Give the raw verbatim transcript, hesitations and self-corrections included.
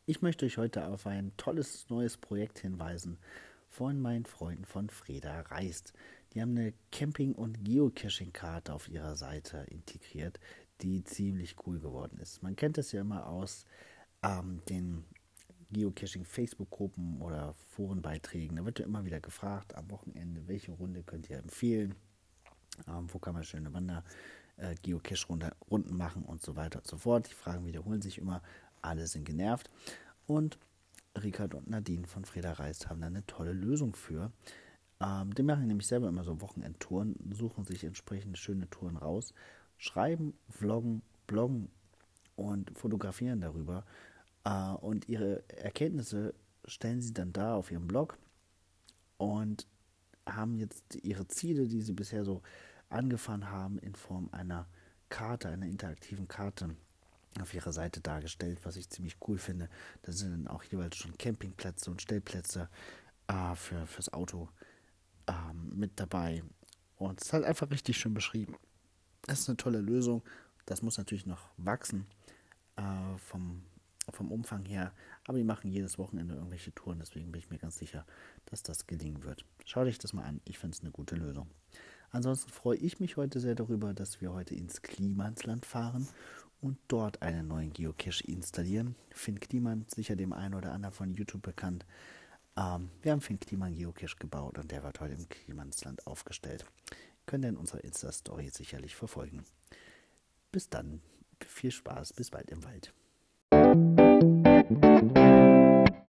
Ich möchte euch heute auf ein tolles neues Projekt hinweisen von meinen Freunden von Freda Reist. Die haben eine Camping- und Geocaching-Karte auf ihrer Seite integriert, die ziemlich cool geworden ist. Man kennt das ja immer aus ähm, den Geocaching-Facebook-Gruppen oder Forenbeiträgen. Da wird ja immer wieder gefragt, am Wochenende, welche Runde könnt ihr empfehlen? Ähm, wo kann man schöne Wander-, äh, Geocache-Runden machen und so weiter und so fort. Die Fragen wiederholen sich immer, alle sind genervt. Und Rikard und Nadine von Freda Reist haben da eine tolle Lösung für. Ähm, die machen nämlich selber immer so Wochenendtouren, suchen sich entsprechende schöne Touren raus, schreiben, vloggen, bloggen und fotografieren darüber. Äh, und ihre Erkenntnisse stellen sie dann da auf ihrem Blog und haben jetzt ihre Ziele, die sie bisher so angefahren haben, in Form einer Karte, einer interaktiven Karte auf ihrer Seite dargestellt, was ich ziemlich cool finde. Da sind dann auch jeweils schon Campingplätze und Stellplätze äh, für, fürs Auto ähm, mit dabei. Und es ist halt einfach richtig schön beschrieben. Das ist eine tolle Lösung. Das muss natürlich noch wachsen äh, vom, vom Umfang her. Aber die machen jedes Wochenende irgendwelche Touren. Deswegen bin ich mir ganz sicher, dass das gelingen wird. Schau dich das mal an. Ich finde es eine gute Lösung. Ansonsten freue ich mich heute sehr darüber, dass wir heute ins Klimansland fahren und dort einen neuen Geocache installieren. Finn Kliman, sicher dem einen oder anderen von YouTube bekannt. Ähm, wir haben Finn Kliman Geocache gebaut und der wird heute im Klimansland aufgestellt. Könnt ihr in unserer Insta-Story sicherlich verfolgen. Bis dann, viel Spaß, bis bald im Wald.